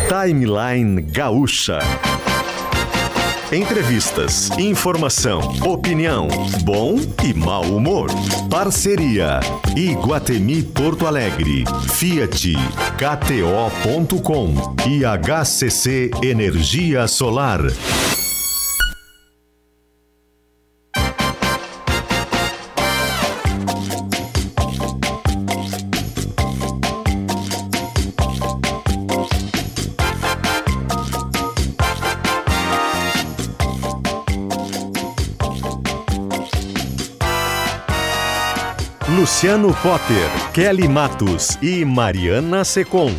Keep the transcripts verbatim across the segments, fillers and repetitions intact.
Timeline Gaúcha. Entrevistas, informação, opinião, bom e mau humor. Parceria Iguatemi Porto Alegre, Fiat, K T O ponto com e H C C Energia Solar. Luciano Potter, Kelly Matos e Mariana Secom.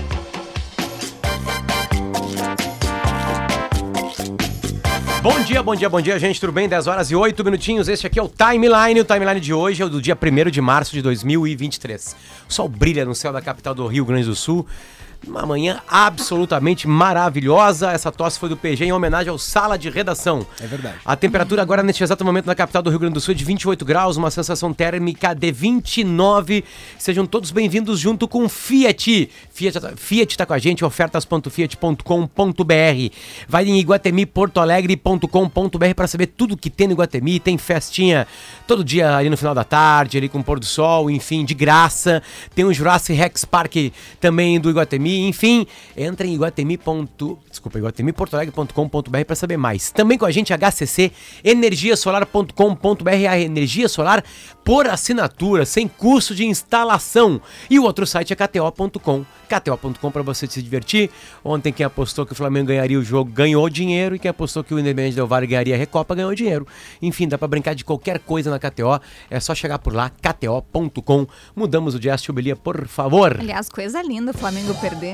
Bom dia, bom dia, bom dia, gente, tudo bem? dez horas e oito minutinhos, este aqui é o Timeline. O Timeline de hoje é o do dia primeiro de março de dois mil e vinte e três. O sol brilha no céu da capital do Rio Grande do Sul. Uma manhã absolutamente maravilhosa. Essa tosse foi do P G em homenagem ao Sala de Redação. É verdade. A temperatura agora, neste exato momento, na capital do Rio Grande do Sul é de vinte e oito graus, uma sensação térmica de vinte e nove. Sejam todos bem-vindos junto com Fiat. Fiat, Fiat tá com a gente, ofertas ponto fiat ponto com ponto b r. Vai em iguatemi porto alegre ponto com ponto b r para saber tudo que tem no Iguatemi. Tem festinha todo dia ali no final da tarde, ali com o pôr do sol, enfim, de graça. Tem o Jurassic Rex Park também do Iguatemi. Enfim, entra em iguatemi. Desculpa, iguatemi porto alegre ponto com ponto b r para saber mais. Também com a gente H C C energia solar ponto com ponto b r, a energia solar por assinatura, sem custo de instalação. E o outro site é K T O ponto com. K T O ponto com para você se divertir. Ontem quem apostou que o Flamengo ganharia o jogo ganhou dinheiro, e quem apostou que o Independente Del Valle ganharia a Recopa ganhou dinheiro. Enfim, dá para brincar de qualquer coisa na K T O. É só chegar por lá, K T O ponto com. Mudamos o Jazz Chubelia, por favor. Aliás, coisa linda o Flamengo perder.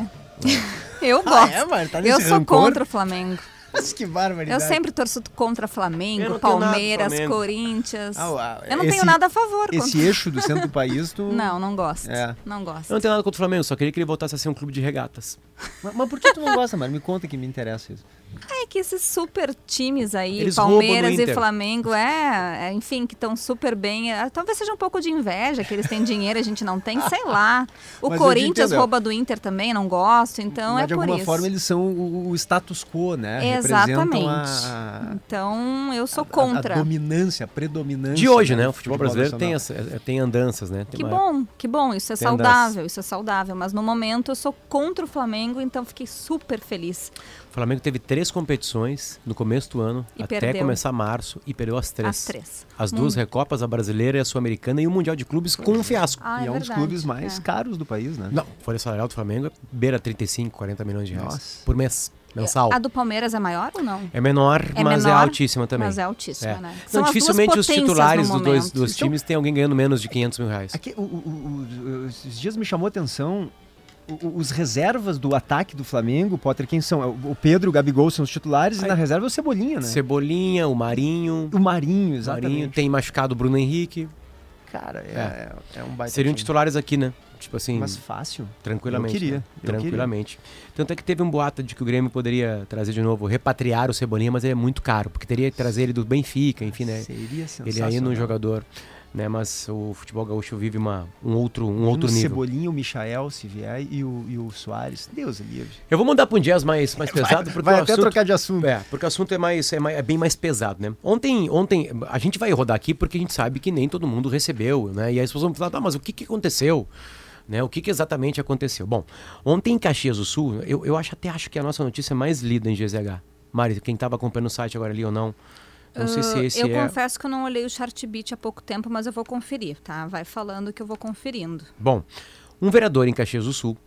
Eu gosto. Ah, é, mano? Tá eu sou rancor? Contra o Flamengo. Mas que barbaridade. Eu sempre torço contra Eu Flamengo, não tenho nada Palmeiras, Flamengo. Corinthians. Ah, ah, eu não esse- tenho nada a favor. Esse contra... eixo do centro do país, tu... Não, não gosto. É. Não gosto. Eu não tenho nada contra o Flamengo, só queria que ele voltasse a ser um clube de regatas. Mas, mas por que tu não gosta, mano? Me conta que me interessa isso. É que esses super times aí, Eles roubam Palmeiras do e Inter. Flamengo, é, é, enfim, que estão super bem. É, talvez seja um pouco de inveja, que eles têm dinheiro, a gente não tem, sei lá. O Mas eu te Corinthians entendo. rouba do Inter também, não gosto, então Mas é de por alguma isso. forma eles são o, o status quo, né? Exatamente. Representam a, Então eu sou a, contra. a dominância, a predominância. De hoje, né, né? do O futebol brasileiro tem, nacional. essa, tem andanças, né? Tem Que uma- bom, que bom, isso é Tem saudável, andanças. isso é saudável. Mas no momento eu sou contra o Flamengo, então fiquei super feliz. O Flamengo teve três competições no começo do ano, E até perdeu. começar março, e perdeu as três. As três. As Hum. duas Recopas, a brasileira e a sul-americana, e o Mundial de Clubes com um fiasco. Ah, E é um dos verdade. clubes mais É. caros do país, né? Não, a folha salarial do Flamengo é beira trinta e cinco, quarenta milhões de reais Nossa. por mês, mensal. A do Palmeiras é maior ou não? É menor, É mas é menor, altíssima também. Mas é altíssima, É. né? Não, São as duas dificilmente os potências titulares no dos dois, momento. dos Então- times tem alguém ganhando menos de quinhentos mil reais. Aqui, o, o, o, o- esses dias me chamou a atenção o- o- os reservas do ataque do Flamengo, Potter, quem são? O Pedro e o Gabigol são os titulares, Aí- e na reserva é o Cebolinha, né? Cebolinha, o Marinho. O Marinho, O exatamente. Marinho tem machucado o Bruno Henrique. Cara, é, é. é um baita Seriam time. titulares aqui, né? Tipo assim, Mas fácil. tranquilamente. Eu queria, né? eu Tranquilamente. Tanto é que teve um boato de que o Grêmio poderia trazer de novo, repatriar o Cebolinha, mas ele é muito caro, porque teria que trazer ele do Benfica, enfim, né? Seria sensacional. Ele aí no jogador, né? Mas o futebol gaúcho vive uma, um outro, um outro o nível. Cebolinha, o Michael, se vier, e o, e o Soares. Deus é livre. Eu vou mandar para um jazz mais, mais pesado, porque Vai o até assunto... trocar de assunto. É, porque o assunto é, mais, é, mais- é bem mais pesado, né? Ontem, ontem, a gente vai rodar aqui porque a gente sabe que nem todo mundo recebeu, né? E aí as pessoas vão falar, tá, mas o que, que aconteceu? Né? O que, que exatamente aconteceu? Bom, ontem em Caxias do Sul, eu, eu acho, até acho que é a nossa notícia mais lida em G Z H. Mari, quem estava acompanhando o site agora ali ou não, não sei se Uh, esse eu é... confesso que eu não olhei o Chartbeat há pouco tempo, mas eu vou conferir, tá? Vai falando que eu vou conferindo. Bom, um vereador em Caxias do Sul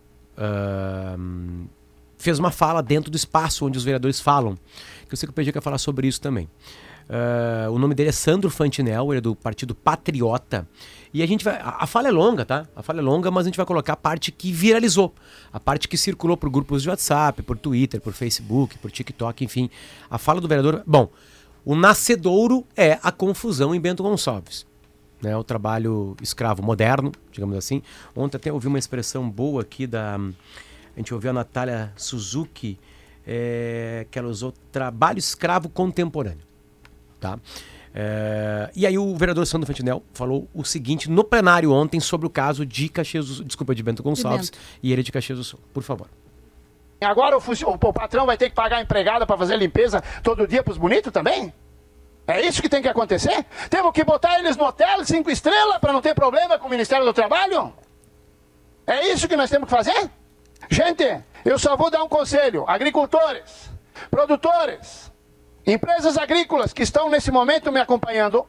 ahn, fez uma fala dentro do espaço onde os vereadores falam, que eu sei que o P G quer falar sobre isso também. Ah, o nome dele é Sandro Fantinel, ele é do Partido Patriota. E a gente vai. A, a fala é longa, tá? A fala é longa, mas a gente vai colocar a parte que viralizou. A parte que circulou por grupos de WhatsApp, por Twitter, por Facebook, por TikTok, enfim. A fala do vereador. Bom, o nascedouro é a confusão em Bento Gonçalves. Né, o trabalho escravo moderno, digamos assim. Ontem até ouvi uma expressão boa aqui da... A gente ouviu a Natália Suzuki, é, que ela usou trabalho escravo contemporâneo. Tá? É, e aí o vereador Sandro Fantinel falou o seguinte no plenário ontem sobre o caso de Caxias do Sul, desculpa, de Bento Gonçalves, Bento. e ele de Caxias do Sul. Por favor. Agora o, func... o patrão vai ter que pagar a empregada para fazer limpeza todo dia para os bonitos também? É isso que tem que acontecer? Temos que botar eles no hotel cinco estrelas para não ter problema com o Ministério do Trabalho? É isso que nós temos que fazer? Gente, eu só vou dar um conselho. Agricultores, produtores, empresas agrícolas que estão nesse momento me acompanhando,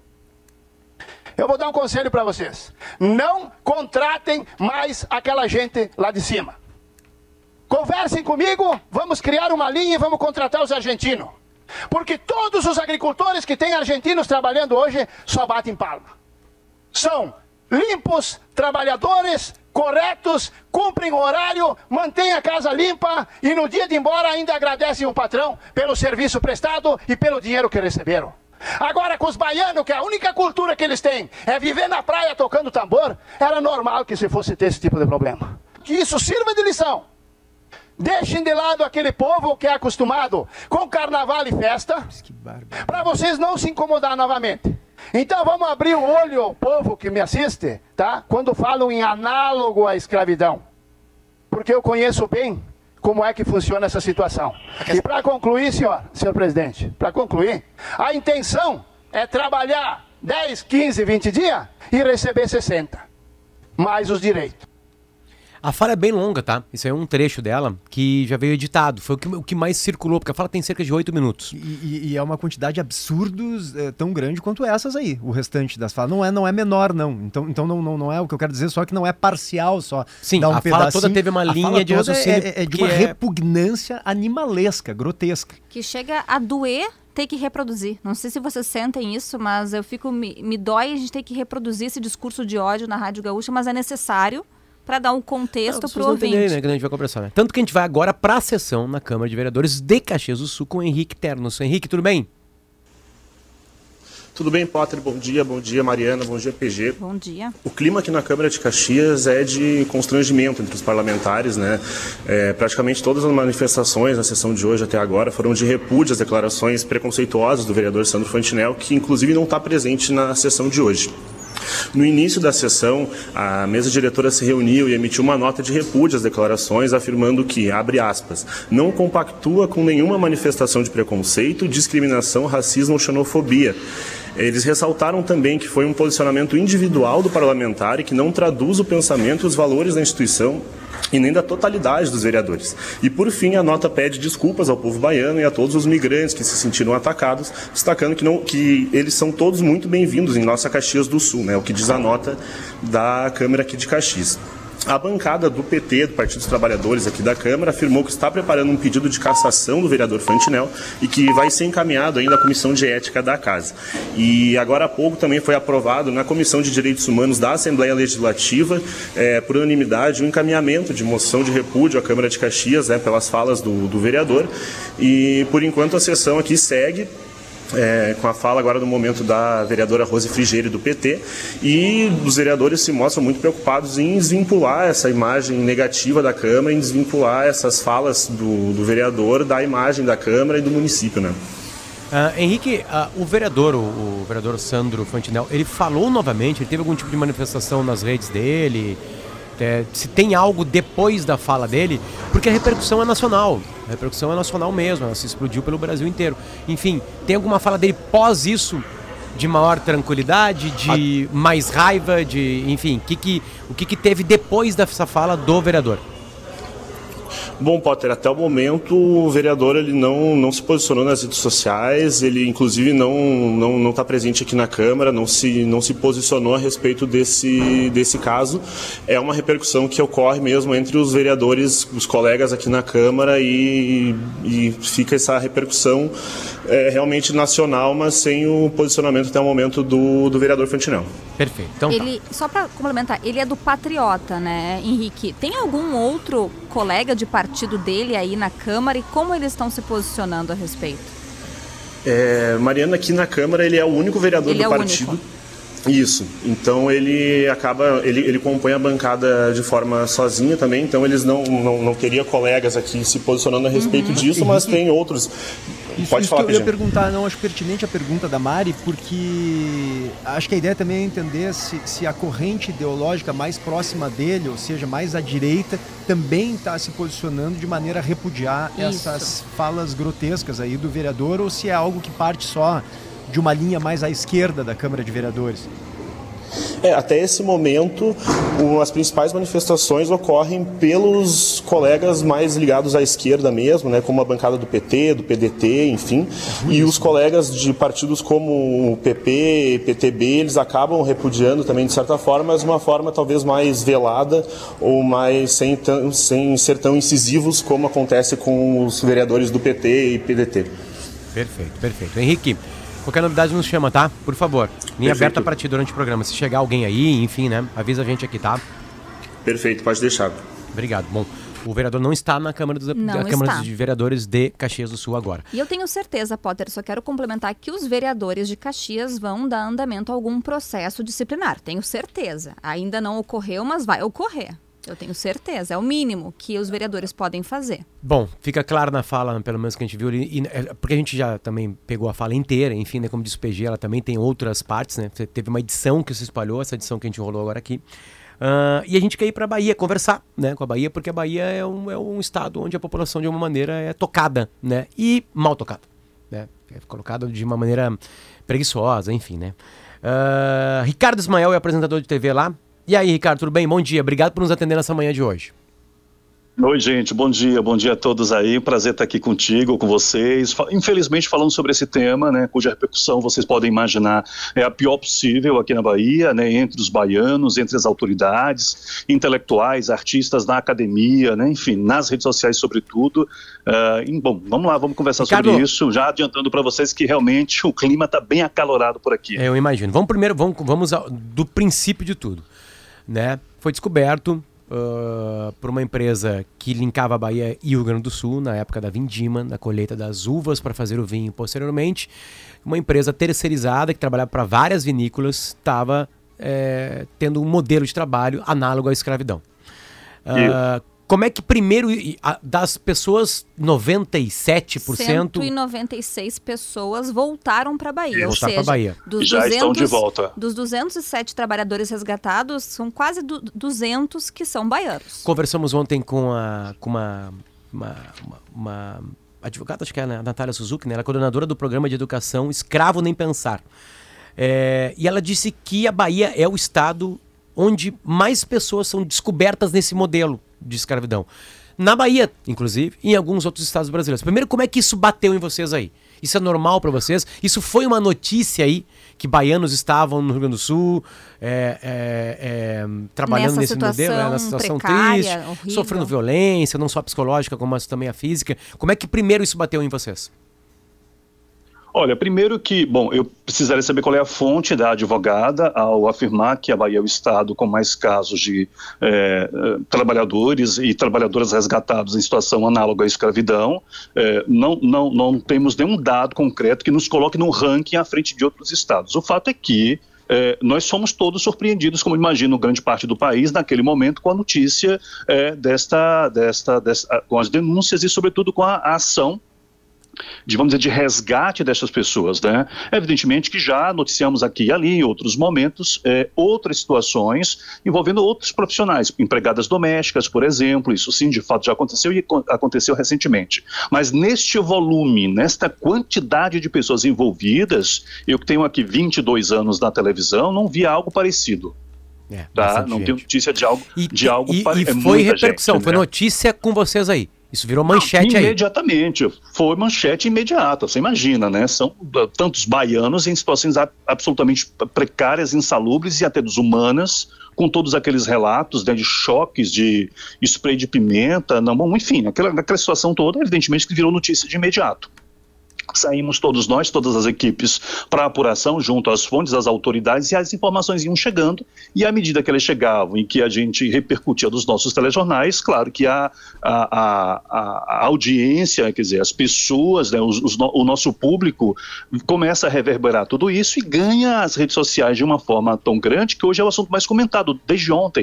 eu vou dar um conselho para vocês. Não contratem mais aquela gente lá de cima. Conversem comigo, vamos criar uma linha e vamos contratar os argentinos. Porque todos os agricultores que têm argentinos trabalhando hoje só batem palma. São limpos, trabalhadores, corretos, cumprem o horário, mantêm a casa limpa e no dia de ir embora ainda agradecem o patrão pelo serviço prestado e pelo dinheiro que receberam. Agora com os baianos, que a única cultura que eles têm é viver na praia tocando tambor, era normal que se fosse ter esse tipo de problema. Que isso sirva de lição. Deixem de lado aquele povo que é acostumado com carnaval e festa, para vocês não se incomodar novamente. Então vamos abrir o olho, povo que me assiste, tá? Quando falam em análogo à escravidão. Porque eu conheço bem como é que funciona essa situação. E para concluir, senhor, senhor presidente, para concluir, a intenção é trabalhar dez, quinze, vinte dias e receber sessenta, mais os direitos. A fala é bem longa, tá? Isso aí é um trecho dela que já veio editado. Foi o que, o que mais circulou, porque a fala tem cerca de oito minutos. E, e, e é uma quantidade de absurdos é, tão grande quanto essas aí, o restante das falas. Não é, não é menor, não. Então, então não, não, não é o que eu quero dizer, só que não é parcial só. Sim, um a fala toda teve uma linha de raciocínio. É, é de que uma é... repugnância animalesca, grotesca. Que chega a doer ter que reproduzir. Não sei se vocês sentem isso, mas eu fico... Me, me dói a gente ter que reproduzir esse discurso de ódio na Rádio Gaúcha, mas é necessário para dar um contexto para o ouvinte. Entender, né, que a gente vai conversar, né? Tanto que a gente vai agora para a sessão na Câmara de Vereadores de Caxias do Sul com o Henrique Ternos. Henrique, tudo bem? Tudo bem, Potter? Bom dia, bom dia, Mariana, bom dia, P G. Bom dia. O clima aqui na Câmara de Caxias é de constrangimento entre os parlamentares, né? É, praticamente todas as manifestações na sessão de hoje até agora foram de repúdio às declarações preconceituosas do vereador Sandro Fantinel, que inclusive não está presente na sessão de hoje. No início da sessão, a mesa diretora se reuniu e emitiu uma nota de repúdio às declarações, afirmando que, abre aspas, não compactua com nenhuma manifestação de preconceito, discriminação, racismo ou xenofobia. Eles ressaltaram também que foi um posicionamento individual do parlamentar e que não traduz o pensamento e os valores da instituição e nem da totalidade dos vereadores. E, por fim, a nota pede desculpas ao povo baiano e a todos os migrantes que se sentiram atacados, destacando que, não, que eles são todos muito bem-vindos em nossa Caxias do Sul, né, o que diz a nota da Câmara aqui de Caxias. A bancada do P T, do Partido dos Trabalhadores aqui da Câmara, afirmou que está preparando um pedido de cassação do vereador Fantinel e que vai ser encaminhado ainda à Comissão de Ética da Casa. E agora há pouco também foi aprovado na Comissão de Direitos Humanos da Assembleia Legislativa, é, por unanimidade, um encaminhamento de moção de repúdio à Câmara de Caxias, né, pelas falas do, do vereador. E, por enquanto, a sessão aqui segue. É, com a fala agora no momento da vereadora Rose Frigerio do P T, e os vereadores se mostram muito preocupados em desvincular essa imagem negativa da Câmara, em desvincular essas falas do, do vereador da imagem da Câmara e do município, né? Uh, Henrique, uh, o vereador, o, o vereador Sandro Fantinel, ele falou novamente, ele teve algum tipo de manifestação nas redes dele? É, se tem algo depois da fala dele, porque a repercussão é nacional, a repercussão é nacional mesmo, ela se explodiu pelo Brasil inteiro. Enfim, tem alguma fala dele pós isso, de maior tranquilidade, de a... mais raiva, de, enfim, que que, o que, que teve depois dessa fala do vereador? Bom, Potter, até o momento o vereador ele não, não se posicionou nas redes sociais, ele inclusive não não não está presente aqui na Câmara, não se, não se posicionou a respeito desse, desse caso. É uma repercussão que ocorre mesmo entre os vereadores, os colegas aqui na Câmara, e, e fica essa repercussão é, realmente nacional, mas sem o posicionamento até o momento do, do vereador Fantinel. Perfeito. Então, ele, só para complementar, ele é do Patriota, né, Henrique? Tem algum outro colega de partido dele aí na Câmara e como eles estão se posicionando a respeito? É, Mariana, aqui na Câmara ele é o único vereador ele do é partido. Único. Isso, então ele acaba, ele, ele compõe a bancada de forma sozinha também, então eles não, não, não teria colegas aqui se posicionando a respeito uhum. disso, mas tem outros Isso, Pode isso falar, que eu ia Pedro. perguntar, não acho pertinente a pergunta da Mari, porque acho que a ideia também é entender se, se a corrente ideológica mais próxima dele, ou seja, mais à direita, também está se posicionando de maneira a repudiar Isso. essas falas grotescas aí do vereador, ou se é algo que parte só de uma linha mais à esquerda da Câmara de Vereadores. É, até esse momento, o, as principais manifestações ocorrem pelos colegas mais ligados à esquerda mesmo, né, como a bancada do P T, do P D T, enfim, e os colegas de partidos como o P P, P T B, eles acabam repudiando também de certa forma, mas de uma forma talvez mais velada ou mais sem, tão, sem ser tão incisivos como acontece com os vereadores do P T e P D T. Perfeito, perfeito. Henrique, qualquer novidade nos chama, tá? Por favor. Linha Perfeito. aberta para ti durante o programa. Se chegar alguém aí, enfim, né? Avisa a gente aqui, tá? Perfeito, pode deixar. Obrigado. Bom, o vereador não está na Câmara dos, Não da Câmara está. de Vereadores de Caxias do Sul agora. E eu tenho certeza, Potter, só quero complementar que os vereadores de Caxias vão dar andamento a algum processo disciplinar. Tenho certeza. Ainda não ocorreu, mas vai ocorrer. Eu tenho certeza. É o mínimo que os vereadores podem fazer. Bom, fica claro na fala, pelo menos que a gente viu ali, e, é, porque a gente já também pegou a fala inteira, enfim, né, como disse o P G, ela também tem outras partes, né? Você teve uma edição que se espalhou, essa edição que a gente rolou agora aqui. Uh, e a gente quer ir para a Bahia conversar, né, com a Bahia, porque a Bahia é um, é um estado onde a população de uma maneira é tocada, né, e mal tocada, né, é colocada de uma maneira preguiçosa, enfim, né. Uh, Ricardo Ismael é apresentador de T V lá. E aí, Ricardo, tudo bem? Bom dia, obrigado por nos atender nessa manhã de hoje. Oi, gente, bom dia, bom dia a todos aí, um prazer estar aqui contigo, com vocês, infelizmente falando sobre esse tema, né, cuja repercussão vocês podem imaginar é a pior possível aqui na Bahia, né, entre os baianos, entre as autoridades, intelectuais, artistas na academia, né, enfim, nas redes sociais sobretudo. Uh, e, bom, vamos lá, vamos conversar Ricardo, sobre isso, já adiantando para vocês que realmente o clima está bem acalorado por aqui. É, eu imagino. Vamos primeiro, vamos, vamos ao, do princípio de tudo, né, foi descoberto Uh, por uma empresa que linkava a Bahia e o Rio Grande do Sul na época da vindima, na colheita das uvas para fazer o vinho posteriormente. Uma empresa terceirizada que trabalhava para várias vinícolas estava é, tendo um modelo de trabalho análogo à escravidão. Uh, como é que primeiro, das pessoas, noventa e sete por cento... cento e noventa e seis pessoas voltaram para a Bahia. Ou voltaram seja, Bahia. Dos já duzentos, estão de volta. Dos duzentos e sete trabalhadores resgatados, são quase duzentos que são baianos. Conversamos ontem com, a, com uma, uma, uma, uma advogada, acho que é a Natália Suzuki, né? Ela é coordenadora do programa de educação Escravo Nem Pensar. É, e ela disse que a Bahia é o estado onde mais pessoas são descobertas nesse modelo de escravidão. Na Bahia, inclusive, e em alguns outros estados brasileiros. Primeiro, como é que isso bateu em vocês aí? Isso é normal para vocês? Isso foi uma notícia aí, que baianos estavam no Rio Grande do Sul, é, é, é, trabalhando nessa nesse situação modelo, né, nessa situação precária, triste, horrível. sofrendo violência, não só psicológica, como mas também a física. Como é que primeiro isso bateu em vocês? Olha, primeiro que, bom, eu precisaria saber qual é a fonte da advogada ao afirmar que a Bahia é o estado com mais casos de é, trabalhadores e trabalhadoras resgatados em situação análoga à escravidão. É, não, não, não temos nenhum dado concreto que nos coloque num ranking à frente de outros estados. O fato é que É, nós somos todos surpreendidos, como imagino grande parte do país, naquele momento, com a notícia é, desta, desta, desta, com as denúncias e, sobretudo, com a, a ação de, vamos dizer, de resgate dessas pessoas, né? Evidentemente que já noticiamos aqui e ali, em outros momentos, é, outras situações envolvendo outros profissionais, empregadas domésticas, por exemplo, isso sim, de fato, já aconteceu e aconteceu recentemente. Mas neste volume, nesta quantidade de pessoas envolvidas, eu que tenho aqui vinte e dois anos na televisão, não vi algo parecido. É, tá? Não gente. tenho notícia de algo, e, de algo e, parecido. E foi repercussão, gente, foi né? notícia com vocês aí. Isso virou manchete aí. Imediatamente, foi manchete imediata, você imagina, né? São tantos baianos em situações absolutamente precárias, insalubres e até desumanas, com todos aqueles relatos, né, de choques, de spray de pimenta, não, bom, enfim, aquela, aquela situação toda, evidentemente que virou notícia de imediato. Saímos todos nós, todas as equipes, para apuração junto às fontes, às autoridades, e as informações iam chegando, e à medida que elas chegavam e que a gente repercutia dos nossos telejornais, claro que a, a, a, a audiência, quer dizer, as pessoas, né, os, os, o nosso público começa a reverberar tudo isso e ganha as redes sociais de uma forma tão grande que hoje é o assunto mais comentado, desde ontem.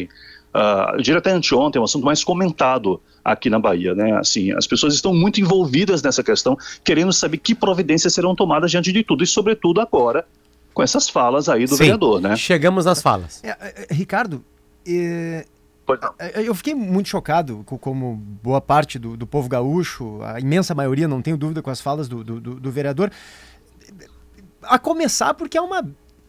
uh, eu diria até anteontem, é um assunto mais comentado aqui na Bahia, né? Assim, as pessoas estão muito envolvidas nessa questão, querendo saber que providências serão tomadas diante de tudo, e sobretudo agora, com essas falas aí do Sim, vereador, né? Chegamos nas falas. É, é, Ricardo, é, eu fiquei muito chocado, como boa parte do, do povo gaúcho, a imensa maioria, não tenho dúvida, com as falas do, do, do vereador, a começar porque é uma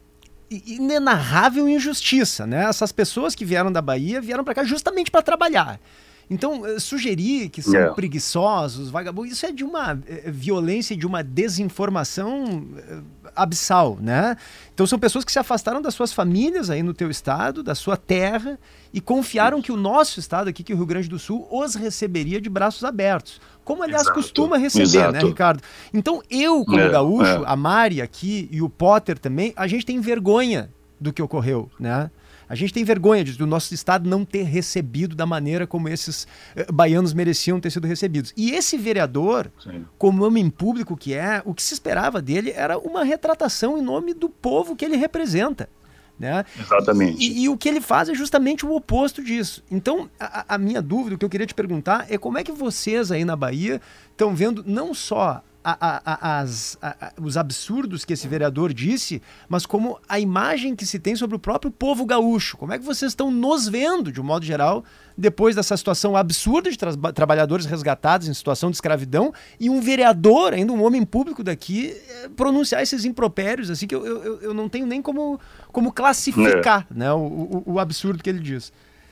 inenarrável injustiça, né? Essas pessoas que vieram da Bahia vieram para cá justamente para trabalhar. Então, sugerir que são yeah. preguiçosos, vagabundos, isso é de uma é, violência, de uma desinformação é, abissal, né? Então, são pessoas que se afastaram das suas famílias aí no teu estado, da sua terra, e confiaram que o nosso estado aqui, que é o Rio Grande do Sul, os receberia de braços abertos. Como, aliás, exato, costuma receber, exato. né, Ricardo? Então, eu, como é, gaúcho, é. a Mari aqui e o Potter também, a gente tem vergonha do que ocorreu, né? A gente tem vergonha de, do nosso estado não ter recebido da maneira como esses uh, baianos mereciam ter sido recebidos. E esse vereador, Sim. como homem público que é, o que se esperava dele era uma retratação em nome do povo que ele representa. Né? Exatamente. E, e o que ele faz é justamente o oposto disso. Então, a, a minha dúvida, o que eu queria te perguntar é como é que vocês aí na Bahia estão vendo não só A, a, a, as, a, os absurdos que esse vereador disse, mas como a imagem que se tem sobre o próprio povo gaúcho. Como é que vocês estão nos vendo, de um modo geral, depois dessa situação absurda de tra- trabalhadores resgatados em situação de escravidão e um vereador, ainda um homem público daqui, é, pronunciar esses impropérios, assim, que eu, eu, eu não tenho nem como, como classificar é. né, o, o, o absurdo que ele diz.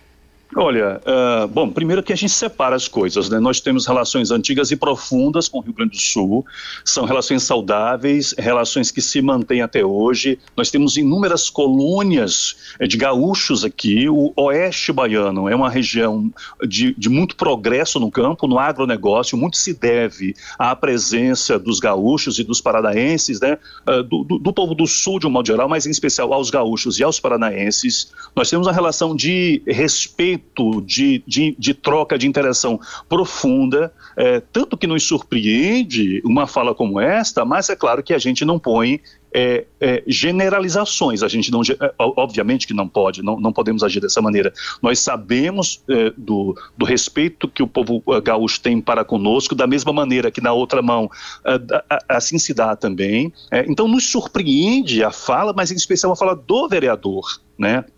Olha, uh, bom, primeiro que a gente separa as coisas, né? Nós temos relações antigas e profundas com o Rio Grande do Sul, são relações saudáveis, relações que se mantêm até hoje. Nós temos inúmeras colônias de gaúchos aqui. O oeste baiano é uma região de, de muito progresso no campo, no agronegócio, muito se deve à presença dos gaúchos e dos paranaenses, né? Uh, do, do, do povo do sul de um modo geral, mas em especial aos gaúchos e aos paranaenses. Nós temos uma relação de respeito De, de, de troca, de interação profunda, é, tanto que nos surpreende uma fala como esta, mas é claro que a gente não põe é, é, generalizações, a gente não, obviamente que não pode, não, não podemos agir dessa maneira. Nós sabemos é, do, do respeito que o povo gaúcho tem para conosco, da mesma maneira que na outra mão é, assim se dá também. É, então nos surpreende a fala, mas em especial a fala do vereador, né?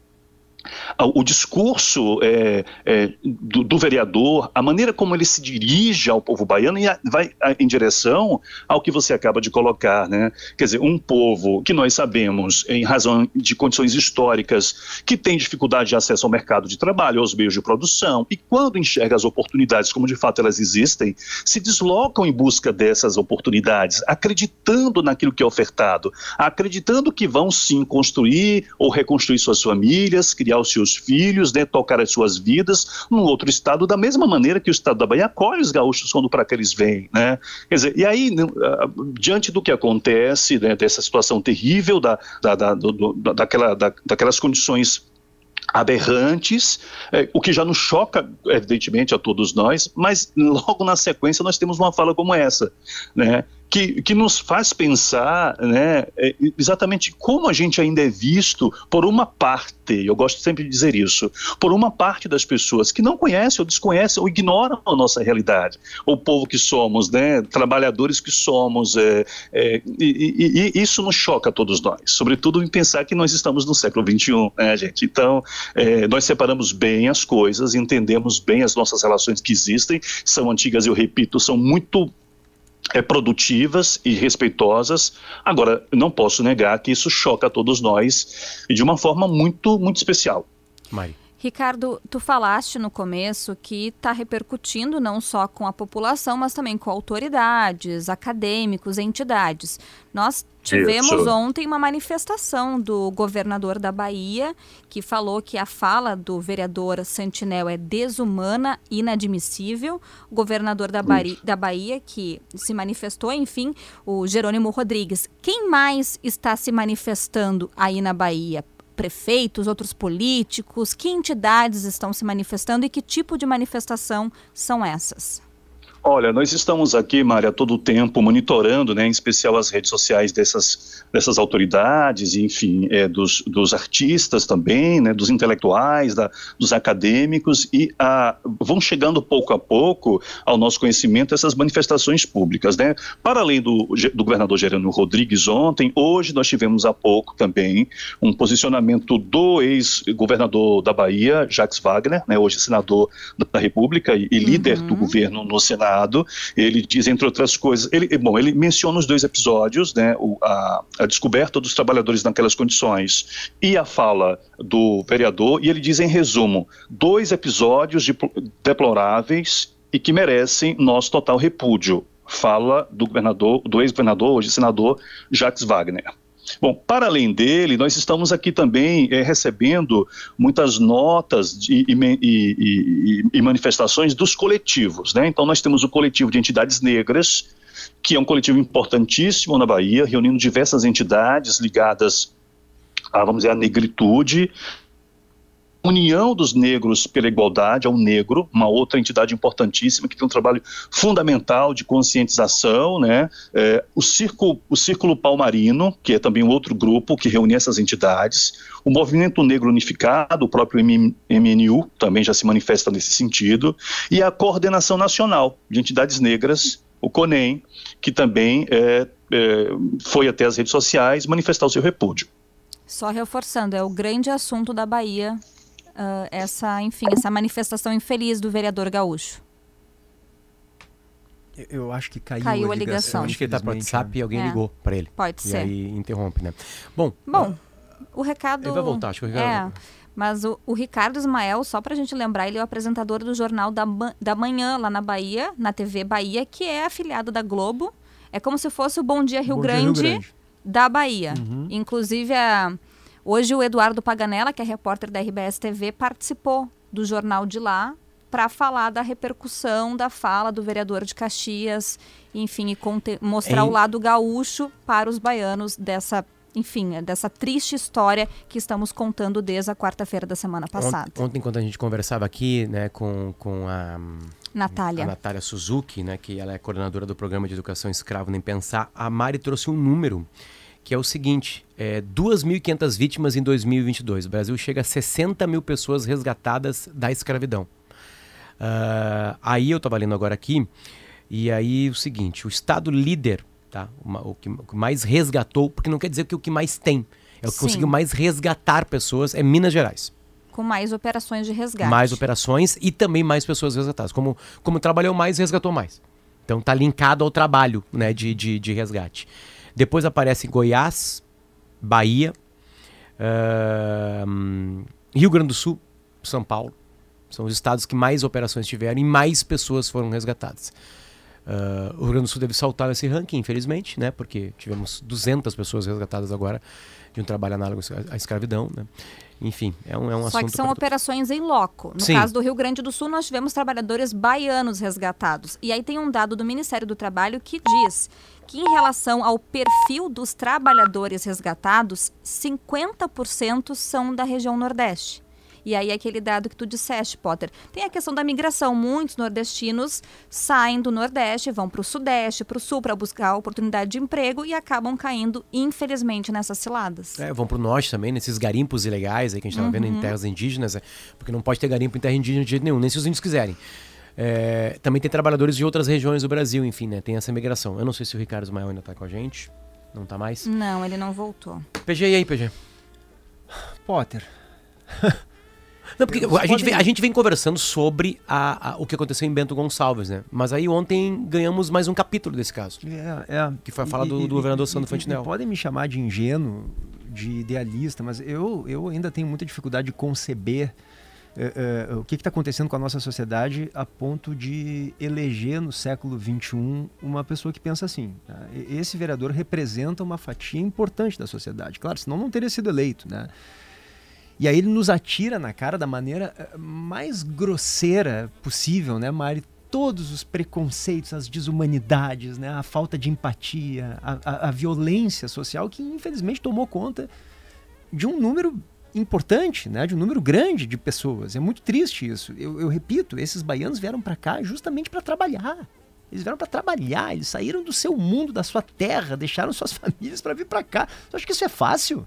O discurso é, é, do, do vereador, a maneira como ele se dirige ao povo baiano e a, vai a, em direção ao que você acaba de colocar, né? Quer dizer, um povo que nós sabemos, em razão de condições históricas, que tem dificuldade de acesso ao mercado de trabalho, aos meios de produção, e quando enxerga as oportunidades como de fato elas existem, se deslocam em busca dessas oportunidades, acreditando naquilo que é ofertado, acreditando que vão sim construir ou reconstruir suas famílias, criar os seus filhos, né, tocar as suas vidas num outro estado, da mesma maneira que o estado da Bahia acolhe os gaúchos quando para cá eles vêm, né? Quer dizer, e aí, uh, diante do que acontece, né, dessa situação terrível, da, da, da, do, do, daquela, da, daquelas condições aberrantes, é, o que já nos choca, evidentemente, a todos nós, mas logo na sequência nós temos uma fala como essa, né? Que, que nos faz pensar, né, exatamente como a gente ainda é visto por uma parte, eu gosto sempre de dizer isso, por uma parte das pessoas que não conhecem ou desconhecem ou ignoram a nossa realidade, o povo que somos, né, trabalhadores que somos, é, é, e, e, e isso nos choca a todos nós, sobretudo em pensar que nós estamos no século vinte e um, né, gente? Então, é, nós separamos bem as coisas, entendemos bem as nossas relações que existem, são antigas, eu repito, são muito É, produtivas e respeitosas. Agora, não posso negar que isso choca a todos nós e de uma forma muito, muito especial. Mari. Ricardo, tu falaste no começo que está repercutindo não só com a população, mas também com autoridades, acadêmicos, entidades. Nós tivemos Isso. ontem uma manifestação do governador da Bahia, que falou que a fala do vereador Santinel é desumana, inadmissível. O governador da, Bahia, da Bahia, que se manifestou, enfim, o Jerônimo Rodrigues. Quem mais está se manifestando aí na Bahia? Prefeitos, outros políticos? Que entidades estão se manifestando e que tipo de manifestação são essas? Olha, nós estamos aqui, Mária, a todo o tempo monitorando, né, em especial as redes sociais dessas, dessas autoridades, enfim, é, dos, dos artistas também, né, dos intelectuais, da, dos acadêmicos, e a, vão chegando pouco a pouco ao nosso conhecimento essas manifestações públicas, né? Para além do, do governador Jerônimo Rodrigues ontem, hoje nós tivemos há pouco também um posicionamento do ex-governador da Bahia, Jacques Wagner, né, hoje senador da República e, e líder uhum. do governo no Senado. Ele diz, entre outras coisas, ele, bom, ele menciona os dois episódios, né, o, a, a descoberta dos trabalhadores naquelas condições e a fala do vereador, e ele diz, em resumo, dois episódios de, deploráveis e que merecem nosso total repúdio. Fala do governador, do ex-governador, hoje senador, Jacques Wagner. Bom, para além dele, nós estamos aqui também é, recebendo muitas notas de, e, e, e, e manifestações dos coletivos, né? Então nós temos o coletivo de entidades negras, que é um coletivo importantíssimo na Bahia, reunindo diversas entidades ligadas a, vamos dizer, a negritude. União dos Negros pela Igualdade, ao Negro, uma outra entidade importantíssima que tem um trabalho fundamental de conscientização, né? É, o, Círculo, o Círculo Palmarino, que é também um outro grupo que reúne essas entidades, o Movimento Negro Unificado, o próprio M N U, também já se manifesta nesse sentido, e a Coordenação Nacional de Entidades Negras, o CONEM, que também é, é, foi até as redes sociais manifestar o seu repúdio. Só reforçando, é o grande assunto da Bahia, Uh, essa, enfim, essa manifestação infeliz do vereador gaúcho. Eu, eu acho que caiu, caiu a a ligação. ligação. Eu acho que ele tá pro WhatsApp e alguém é. ligou para ele. Pode e ser. E aí interrompe, né? Bom, Bom, o recado... Ele vai voltar, acho que o Ricardo... É, mas o, o Ricardo Ismael, só pra gente lembrar, ele é o apresentador do Jornal da, da Manhã, lá na Bahia, na T V Bahia, que é afiliado da Globo. É como se fosse o Bom Dia Rio, Bom Dia, Grande, Rio Grande da Bahia. Uhum. Inclusive, a... hoje o Eduardo Paganella, que é repórter da R B S T V, participou do jornal de lá para falar da repercussão da fala do vereador de Caxias, enfim, e conte- mostrar Em... o lado gaúcho para os baianos dessa, enfim, dessa triste história que estamos contando desde a quarta-feira da semana passada. Ontem, ontem, quando a gente conversava aqui, né, com, com a... Natália. A Natália Suzuki, né, que ela é coordenadora do Programa de Educação Escravo Nem Pensar, a Mari trouxe um número, que é o seguinte, é, duas mil e quinhentas vítimas em dois mil e vinte e dois. O Brasil chega a sessenta mil pessoas resgatadas da escravidão. Uh, aí eu estava lendo agora aqui, e aí o seguinte, o estado líder, tá, o, o, que, o que mais resgatou, porque não quer dizer que o que mais tem, é o que Sim. conseguiu mais resgatar pessoas, é Minas Gerais. Com mais operações de resgate. Mais operações e também mais pessoas resgatadas. Como, como trabalhou mais, resgatou mais. Então está linkado ao trabalho, né, de, de, de resgate. Depois aparece Goiás, Bahia, uh, Rio Grande do Sul, São Paulo. São os estados que mais operações tiveram e mais pessoas foram resgatadas. Uh, o Rio Grande do Sul deve saltar nesse ranking, infelizmente, né? Porque tivemos duzentas pessoas resgatadas agora de um trabalho análogo à escravidão, né? Enfim, é um, é um Só assunto... que são operações em loco. No Sim. caso do Rio Grande do Sul, nós tivemos trabalhadores baianos resgatados. E aí tem um dado do Ministério do Trabalho que diz que em relação ao perfil dos trabalhadores resgatados, cinquenta por cento são da região Nordeste. E aí aquele dado que tu disseste, Potter. Tem a questão da migração. Muitos nordestinos saem do Nordeste, vão para o Sudeste, para o Sul, para buscar oportunidade de emprego e acabam caindo, infelizmente, nessas ciladas. É, vão para o Norte também, nesses garimpos ilegais aí que a gente estava Uhum. vendo em terras indígenas, é, porque não pode ter garimpo em terra indígena de jeito nenhum, nem se os índios quiserem. É, também tem trabalhadores de outras regiões do Brasil, enfim, né? Tem essa migração. Eu não sei se o Ricardo Ismael ainda está com a gente. Não está mais? Não, ele não voltou. P G, e aí, P G? Potter. Não, porque a gente, vem, a gente vem conversando sobre a, a, o que aconteceu em Bento Gonçalves, né? Mas aí ontem ganhamos mais um capítulo desse caso. É, é. Que foi a fala do, do governador Sandro Fantinel. Podem me chamar de ingênuo, de idealista, mas eu, eu ainda tenho muita dificuldade de conceber uh, uh, o que está acontecendo com a nossa sociedade a ponto de eleger no século vinte e um uma pessoa que pensa assim. Tá? Esse vereador representa uma fatia importante da sociedade. Claro, senão não teria sido eleito, né? E aí ele nos atira na cara da maneira mais grosseira possível, né, Mari? Todos os preconceitos, as desumanidades, né, a falta de empatia, a, a, a violência social que infelizmente tomou conta de um número importante, né, de um número grande de pessoas. É muito triste isso. Eu, eu repito, esses baianos vieram para cá justamente para trabalhar. Eles vieram para trabalhar, eles saíram do seu mundo, da sua terra, deixaram suas famílias para vir para cá. Você acha que isso é fácil?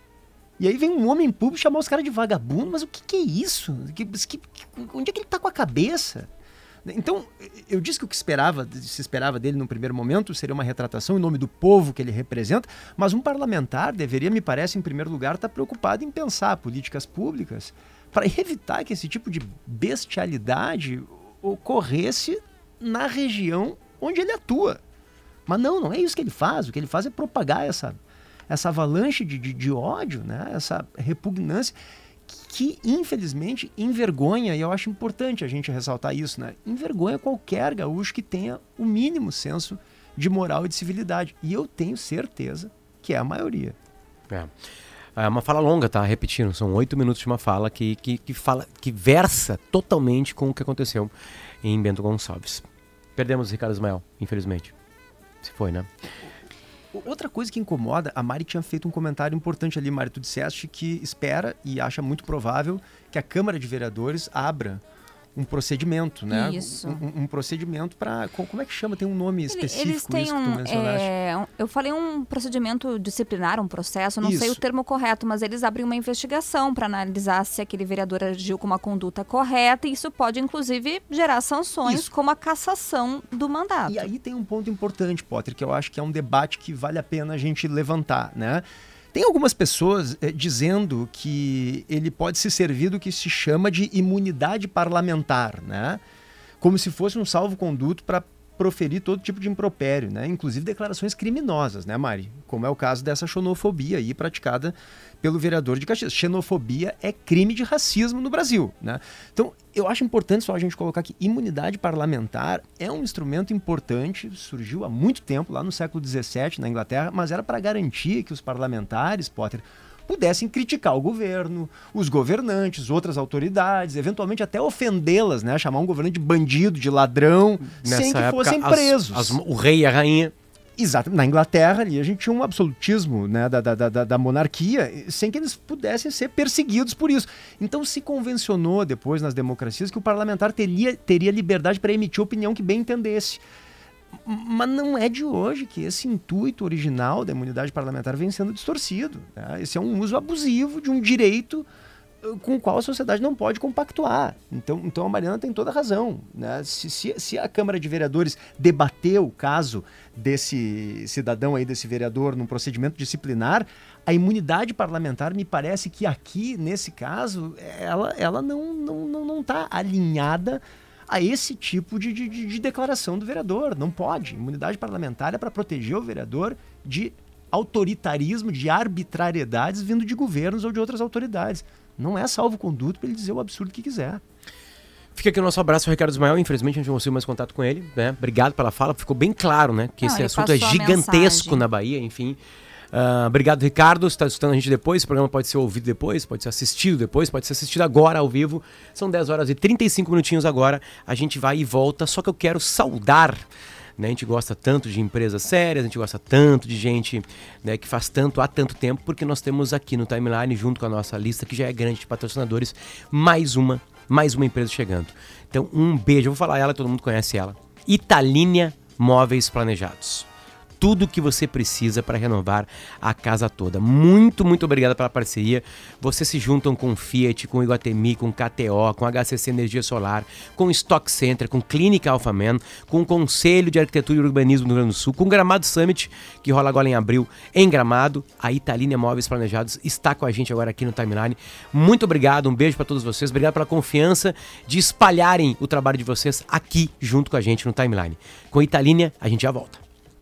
E aí vem um homem público chamar os caras de vagabundo, mas o que, que é isso? Que, que, onde é que ele tá com a cabeça? Então, eu disse que o que esperava, se esperava dele no primeiro momento seria uma retratação em nome do povo que ele representa, mas um parlamentar deveria, me parece, em primeiro lugar, estar preocupado em pensar políticas públicas para evitar que esse tipo de bestialidade ocorresse na região onde ele atua. Mas não, não é isso que ele faz. O que ele faz é propagar essa, essa avalanche de, de, de ódio, né? Essa repugnância que, infelizmente, envergonha, e eu acho importante a gente ressaltar isso, né? Envergonha qualquer gaúcho que tenha o mínimo senso de moral e de civilidade. E eu tenho certeza que é a maioria. É. É uma fala longa, tá? Repetindo, são oito minutos de uma fala que, que, que, fala, que versa totalmente com o que aconteceu em Bento Gonçalves. Perdemos o Ricardo Ismael, infelizmente. Se foi, né? Outra coisa que incomoda, a Mari tinha feito um comentário importante ali, Mari, tu disseste que espera e acha muito provável que a Câmara de Vereadores abra um procedimento, né? Isso. Um, um procedimento para... Como é que chama? Tem um nome específico? Eles têm isso que tu um, mencionaste. é, um... Eu falei um procedimento disciplinar, um processo, não Isso. sei o termo correto, mas eles abrem uma investigação para analisar se aquele vereador agiu com uma conduta correta e isso pode, inclusive, gerar sanções, Isso. como a cassação do mandato. E aí tem um ponto importante, Potter, que eu acho que é um debate que vale a pena a gente levantar, né? Tem algumas pessoas eh, dizendo que ele pode se servir do que se chama de imunidade parlamentar, né? Como se fosse um salvo-conduto para proferir todo tipo de impropério, né? Inclusive declarações criminosas, né, Mari? Como é o caso dessa xenofobia aí praticada pelo vereador de Caxias. Xenofobia é crime de racismo no Brasil, né? Então, eu acho importante só a gente colocar que imunidade parlamentar é um instrumento importante, surgiu há muito tempo, lá no século dezessete, na Inglaterra, mas era para garantir que os parlamentares, Potter, pudessem criticar o governo, os governantes, outras autoridades, eventualmente até ofendê-las, né? Chamar um governante de bandido, de ladrão, Nessa sem que época, fossem as- presos. as- o rei e a rainha. Exato. Na Inglaterra, ali, a gente tinha um absolutismo, né, da, da, da, da monarquia, sem que eles pudessem ser perseguidos por isso. Então se convencionou depois nas democracias que o parlamentar teria, teria liberdade para emitir a opinião que bem entendesse. Mas não é de hoje que esse intuito original da imunidade parlamentar vem sendo distorcido, né? Esse é um uso abusivo de um direito uh, com o qual a sociedade não pode compactuar. Então, então a Mariana tem toda a razão, né? Se, se, se a Câmara de Vereadores debater o caso desse cidadão aí, desse vereador, num procedimento disciplinar, a imunidade parlamentar me parece que aqui, nesse caso, ela, ela não está não, não, não tá alinhada a esse tipo de, de, de declaração do vereador. Não pode. Imunidade parlamentar é para proteger o vereador de autoritarismo, de arbitrariedades vindo de governos ou de outras autoridades. Não é salvo-conduto para ele dizer o absurdo que quiser. Fica aqui o nosso abraço ao Ricardo Ismael. Infelizmente a gente não conseguiu mais contato com ele, né? Obrigado pela fala. Ficou bem claro, né? Que Não, esse ele assunto é passou a gigantesco mensagem. na Bahia, enfim. Uh, obrigado, Ricardo. Você está escutando a gente depois. O programa pode ser ouvido depois, pode ser assistido depois, pode ser assistido agora ao vivo. São dez horas e trinta e cinco minutinhos agora. A gente vai e volta. Só que eu quero saudar, né? A gente gosta tanto de empresas sérias, a gente gosta tanto de gente, né, que faz tanto há tanto tempo, porque nós temos aqui no Timeline, junto com a nossa lista, que já é grande de patrocinadores, mais uma, mais uma empresa chegando. Então, um beijo. Eu vou falar ela, todo mundo conhece ela. Italínia Móveis Planejados. Tudo que você precisa para renovar a casa toda. Muito, muito obrigado pela parceria. Vocês se juntam com Fiat, com Iguatemi, com K T O, com H C C Energia Solar, com Stock Center, com Clínica Alphaman, com o Conselho de Arquitetura e Urbanismo do Rio Grande do Sul, com o Gramado Summit, que rola agora em abril em Gramado. A Italínia Móveis Planejados está com a gente agora aqui no Timeline. Muito obrigado, um beijo para todos vocês. Obrigado pela confiança de espalharem o trabalho de vocês aqui junto com a gente no Timeline. Com a Italínia, a gente já volta.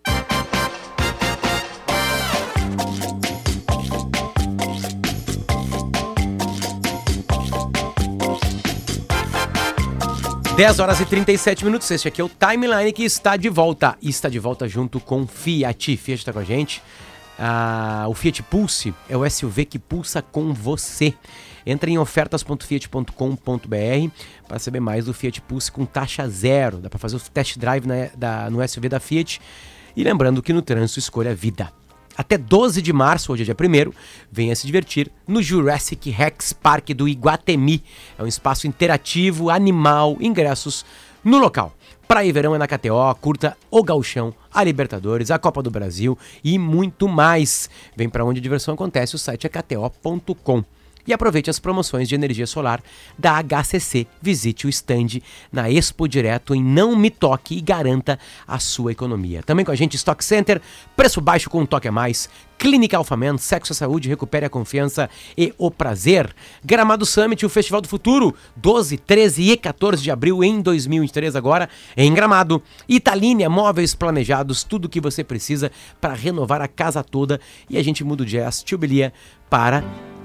dez horas e trinta e sete minutos, este aqui é o Timeline que está de volta. E está de volta junto com Fiat. Fiat está com a gente. Ah, o Fiat Pulse é o S U V que pulsa com você. Entra em ofertas ponto fiat ponto com ponto b r para saber mais do Fiat Pulse com taxa zero. Dá para fazer o test drive na, da, no S U V da Fiat. E lembrando que no trânsito escolha a vida. Até doze de março, hoje é dia primeiro, venha se divertir no Jurassic Rex Park do Iguatemi. É um espaço interativo, animal, ingressos no local. Praia e verão é na K T O, curta o Gauchão, a Libertadores, a Copa do Brasil e muito mais. Vem pra onde a diversão acontece, o site é k t o ponto com. E aproveite as promoções de energia solar da H C C. Visite o stand na Expo Direto em Não Me Toque e garanta a sua economia. Também com a gente Stock Center, preço baixo com um toque a mais. Clínica Alphaman, sexo e saúde, recupere a confiança e o prazer. Gramado Summit, o Festival do Futuro, doze, treze e quatorze de abril em dois mil e vinte e três agora em Gramado. Italínia, móveis planejados, tudo o que você precisa para renovar a casa toda. E a gente muda o jazz, Tchubelia, para...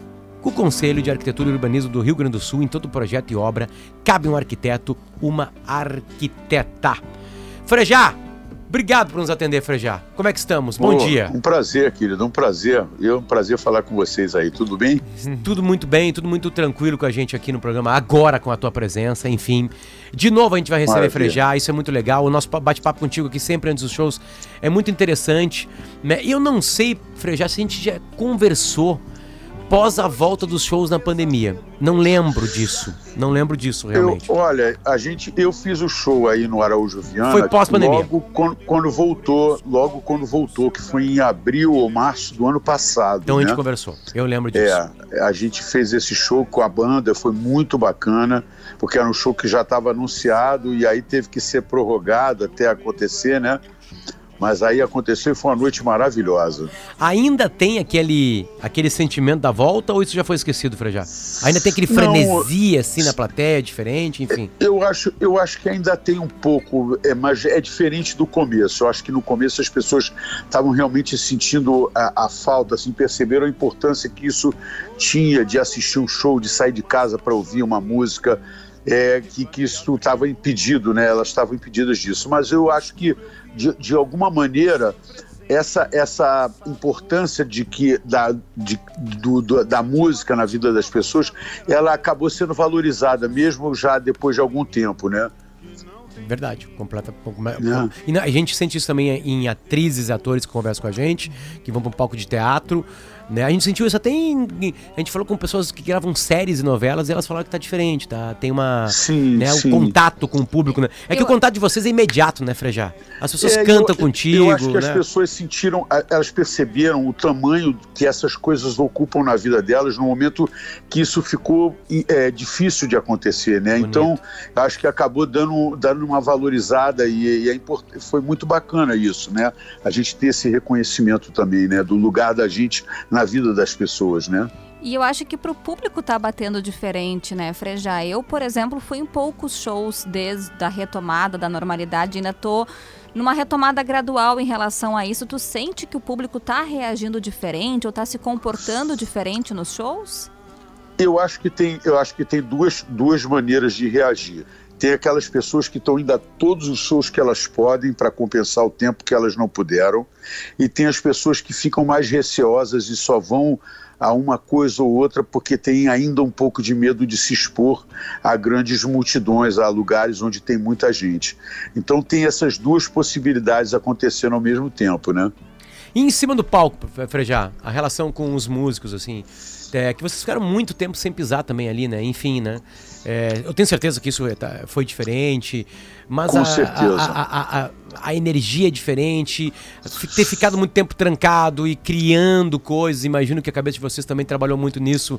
O Conselho de Arquitetura e Urbanismo do Rio Grande do Sul, em todo projeto e obra, cabe um arquiteto, uma arquiteta. Frejá, obrigado por nos atender, Frejá. Como é que estamos? Bom oh, dia. Um prazer, querido, um prazer. É um prazer falar com vocês aí, tudo bem? Tudo muito bem, tudo muito tranquilo com a gente aqui no programa, agora com a tua presença, enfim. De novo a gente vai receber Maravilha. Frejá, isso é muito legal. O nosso bate-papo contigo aqui sempre antes dos shows é muito interessante, né? E eu não sei, Frejá, se a gente já conversou pós a volta dos shows na pandemia. Não lembro disso. Não lembro disso, realmente. Eu, olha, a gente, eu fiz o show aí no Araújo Viana. Foi pós-pandemia. Logo quando, quando voltou, logo quando voltou, que foi em abril ou março do ano passado. Então né? a gente conversou. Eu lembro disso. É, a gente fez esse show com a banda, foi muito bacana, porque era um show que já estava anunciado e aí teve que ser prorrogado até acontecer, né? Mas aí aconteceu e foi uma noite maravilhosa. Ainda tem aquele, aquele sentimento da volta ou isso já foi esquecido, Frejá? Ainda tem aquele frenesi Não, assim na plateia, diferente, enfim? Eu acho, eu acho que ainda tem um pouco, é, mas é diferente do começo. Eu acho que no começo as pessoas estavam realmente sentindo a, a falta, assim, perceberam a importância que isso tinha de assistir um show, de sair de casa para ouvir uma música. É, que, que isso estava impedido, né? Elas estavam impedidas disso. Mas eu acho que, de, de alguma maneira, essa, essa importância de que, da, de, do, do, da música na vida das pessoas, ela acabou sendo valorizada, mesmo já depois de algum tempo, né? Verdade, completa. É. E a gente sente isso também em atrizes e atores que conversam com a gente, que vão para um palco de teatro, né? A gente sentiu isso até em... A gente falou com pessoas que gravam séries e novelas e elas falaram que tá diferente, tá? Tem uma... Sim, né, sim. um contato com o público, né? É eu... que o contato de vocês é imediato, né, Frejá? As pessoas é, cantam eu, contigo, Eu acho que né? as pessoas sentiram, elas perceberam o tamanho que essas coisas ocupam na vida delas no momento que isso ficou é, difícil de acontecer, né? Bonito. Então, acho que acabou dando, dando uma valorizada e, e é import... foi muito bacana isso, né? A gente ter esse reconhecimento também, né? Do lugar da gente na vida das pessoas, né? E eu acho que pro público tá batendo diferente, né, Frejá? Eu, por exemplo, fui em poucos shows desde a retomada da normalidade, ainda tô numa retomada gradual em relação a isso. Tu sente que o público tá reagindo diferente ou tá se comportando diferente nos shows? Eu acho que tem, eu acho que tem duas, duas maneiras de reagir. Tem aquelas pessoas que estão indo a todos os shows que elas podem para compensar o tempo que elas não puderam, e tem as pessoas que ficam mais receosas e só vão a uma coisa ou outra porque tem ainda um pouco de medo de se expor a grandes multidões, a lugares onde tem muita gente. Então tem essas duas possibilidades acontecendo ao mesmo tempo, né? E em cima do palco, Frejá, a relação com os músicos, assim, é, que vocês ficaram muito tempo sem pisar também ali, né? Enfim, né? É, eu tenho certeza que isso foi diferente, mas com a, certeza. A, a, a, a energia é diferente, ter ficado muito tempo trancado e criando coisas, imagino que a cabeça de vocês também trabalhou muito nisso.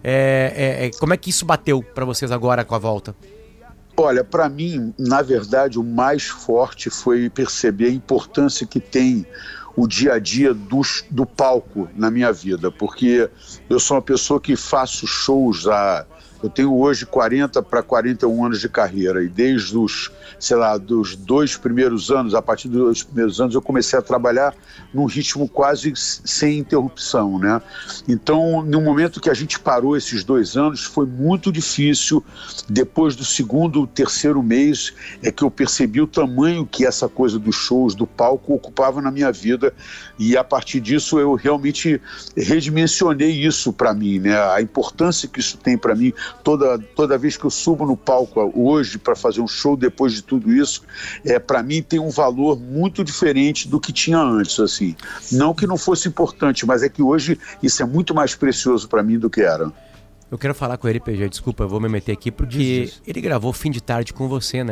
É, é, como é que isso bateu para vocês agora com a volta? Olha, para mim, na verdade, o mais forte foi perceber a importância que tem o dia a dia do, do palco na minha vida, porque eu sou uma pessoa que faço shows há... Eu tenho hoje quarenta para quarenta e um anos de carreira e desde os, sei lá, dos dois primeiros anos, a partir dos dois primeiros anos, eu comecei a trabalhar num ritmo quase sem interrupção, né? Então, no momento que a gente parou esses dois anos, foi muito difícil. Depois do segundo, terceiro mês, é que eu percebi o tamanho que essa coisa dos shows, do palco, ocupava na minha vida, e a partir disso eu realmente redimensionei isso para mim, né? A importância que isso tem para mim. Toda, toda vez que eu subo no palco hoje para fazer um show depois de tudo isso, é, para mim tem um valor muito diferente do que tinha antes, assim. Não que não fosse importante, mas é que hoje isso é muito mais precioso para mim do que era. Eu quero falar com ele, P G, desculpa, eu vou me meter aqui, porque ele gravou Fim de Tarde com você, né?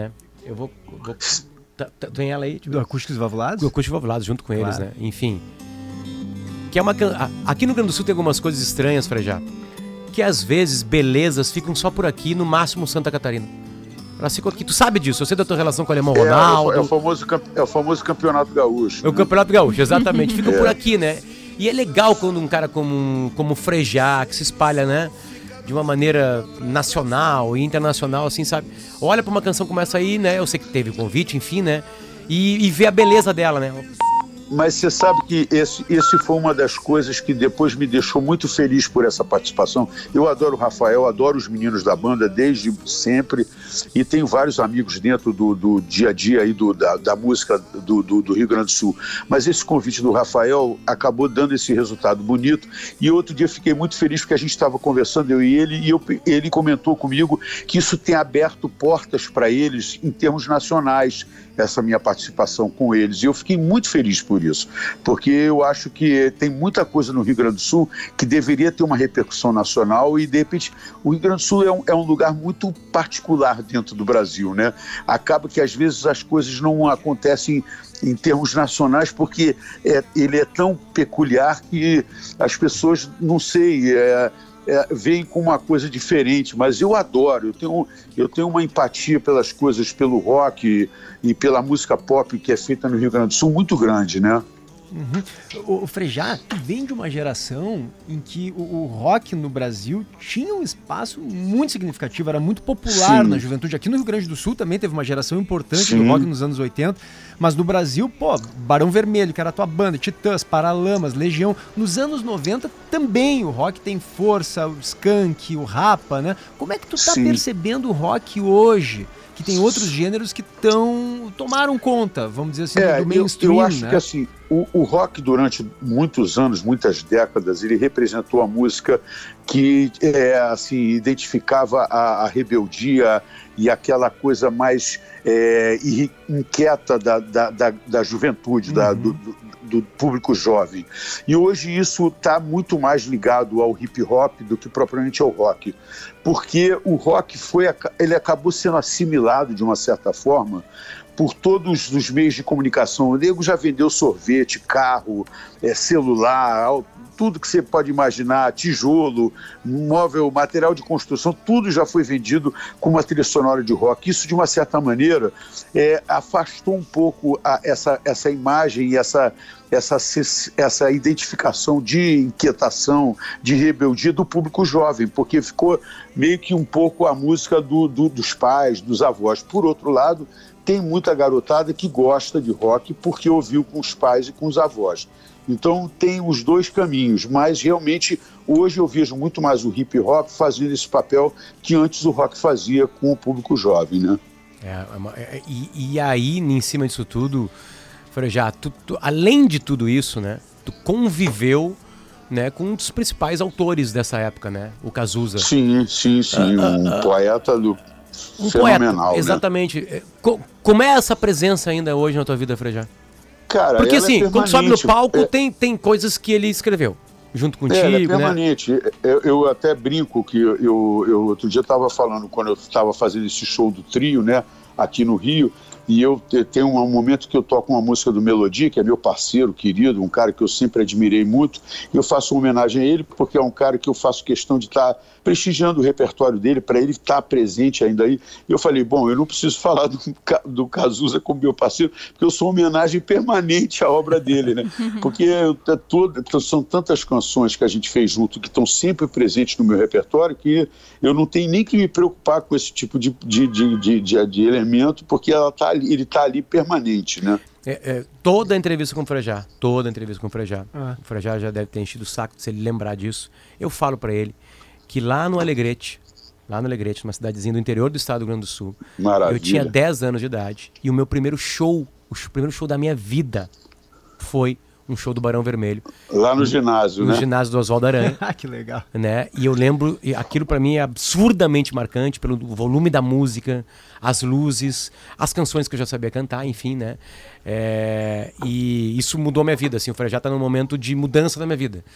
Eu vou... eu vou tá, tá, tem ela aí? Tipo, Do Acústicos Valvulados? do Acústicos Valvulados, junto com eles, Claro. né? Enfim. Que é uma... can- a- Aqui no Rio Grande do Sul tem algumas coisas estranhas, Frejá. Que às vezes belezas ficam só por aqui, no máximo Santa Catarina. Elas ficam aqui. Tu sabe disso, eu sei da tua relação com o Alemão É, Ronaldo. é, o famoso, camp- é o famoso campeonato gaúcho. É o né? Campeonato Gaúcho, exatamente. Fica É. por aqui, né? E é legal quando um cara como, como o Frejá, que se espalha, né? De uma maneira nacional e internacional, assim, sabe? Olha pra uma canção como essa aí, né? Eu sei que teve convite, enfim, né? E, e vê a beleza dela, né? Mas você sabe que esse, esse foi uma das coisas que depois me deixou muito feliz por essa participação. Eu adoro o Rafael, adoro os meninos da banda desde sempre e tenho vários amigos dentro do, do dia a dia aí do, da, da música do, do, do Rio Grande do Sul. Mas esse convite do Rafael acabou dando esse resultado bonito e outro dia fiquei muito feliz porque a gente estava conversando, eu e ele, e eu, ele comentou comigo que isso tem aberto portas para eles em termos nacionais, essa minha participação com eles. E eu fiquei muito feliz por isso, porque eu acho que tem muita coisa no Rio Grande do Sul que deveria ter uma repercussão nacional e, de repente, o Rio Grande do Sul é um, é um lugar muito particular dentro do Brasil, né? Acaba que, às vezes, as coisas não acontecem em termos nacionais, porque é, ele é tão peculiar que as pessoas, não sei... É, É, vem com uma coisa diferente, mas eu adoro, eu tenho, eu tenho uma empatia pelas coisas, pelo rock e, e pela música pop que é feita no Rio Grande do Sul muito grande, né? Uhum. O, o Frejá, tu vem de uma geração em que o, o rock no Brasil tinha um espaço muito significativo, era muito popular Sim. na juventude. Aqui no Rio Grande do Sul também teve uma geração importante Sim. do rock nos anos oitenta, mas no Brasil, pô, Barão Vermelho, que era a tua banda, Titãs, Paralamas, Legião. Nos anos noventa também o rock tem força, o Skank, o Rapa, né? Como é que tu tá Sim. percebendo o rock hoje? Que tem outros gêneros que tão, tomaram conta, vamos dizer assim, É, do eu, mainstream, eu acho né? que assim, o, o rock durante muitos anos, muitas décadas, ele representou a música que é, assim, identificava a, a rebeldia e aquela coisa mais é, irri- inquieta da, da, da, da juventude, da, do, do, do público jovem. E hoje isso está muito mais ligado ao hip hop do que propriamente ao rock, porque o rock foi, ele acabou sendo assimilado de uma certa forma por todos os meios de comunicação. O nego já vendeu sorvete, carro, é, celular, tudo que você pode imaginar, tijolo, móvel, material de construção, tudo já foi vendido com uma trilha sonora de rock. Isso, de uma certa maneira, é, afastou um pouco a, essa, essa imagem e essa, essa, essa identificação de inquietação, de rebeldia do público jovem, porque ficou meio que um pouco a música do, do, dos pais, dos avós. Por outro lado, tem muita garotada que gosta de rock porque ouviu com os pais e com os avós. Então tem os dois caminhos, mas realmente hoje eu vejo muito mais o hip hop fazendo esse papel que antes o rock fazia com o público jovem, né? É, é uma- é- e, e aí, em cima disso tudo, Frejá, tu, tu, além de tudo isso, né? Tu conviveu, né, com um dos principais autores dessa época, né? O Cazuza. Sim, sim, sim, um poeta do Um fenomenal, poeta, né? exatamente. É, co- como é essa presença ainda hoje na tua vida, Frejá? Cara, Porque ela assim, é quando tu sobe no permanente. palco, É- tem, tem coisas que ele escreveu junto contigo, É, ela é né? permanente. Eu, eu até brinco que eu, eu, eu outro dia estava falando, quando eu estava fazendo esse show do trio, né, aqui no Rio, e eu te- tenho um momento que eu toco uma música do Melodia, que é meu parceiro querido, um cara que eu sempre admirei muito, e eu faço uma homenagem a ele, porque é um cara que eu faço questão de estar prestigiando o repertório dele, para ele estar presente ainda aí. E eu falei, bom, eu não preciso falar do, Ca- do Cazuza como meu parceiro, porque eu sou uma homenagem permanente à obra dele, né? Porque eu- é todo- são tantas canções que a gente fez junto, que estão sempre presentes no meu repertório, que eu não tenho nem que me preocupar com esse tipo de, de, de, de, de- de elemento, porque ela tá ali, ele está ali permanente, né? É, é, toda a entrevista com o Frejá, toda a entrevista com o Frejá, Ah. o Frejá já deve ter enchido o saco se ele lembrar disso. Eu falo pra ele que lá no Alegrete, lá no Alegrete, numa cidadezinha do interior do estado do Rio Grande do Sul, Maravilha. eu tinha dez anos de idade e o meu primeiro show, o sh- primeiro show da minha vida foi um show do Barão Vermelho, Lá no ginásio, no né? ginásio do Oswaldo Aranha. Ah, que legal. Né? E eu lembro, e aquilo pra mim é absurdamente marcante pelo volume da música, as luzes, as canções que eu já sabia cantar, enfim, né? É, e isso mudou minha vida, assim, o Frejá tá num momento de mudança da minha vida,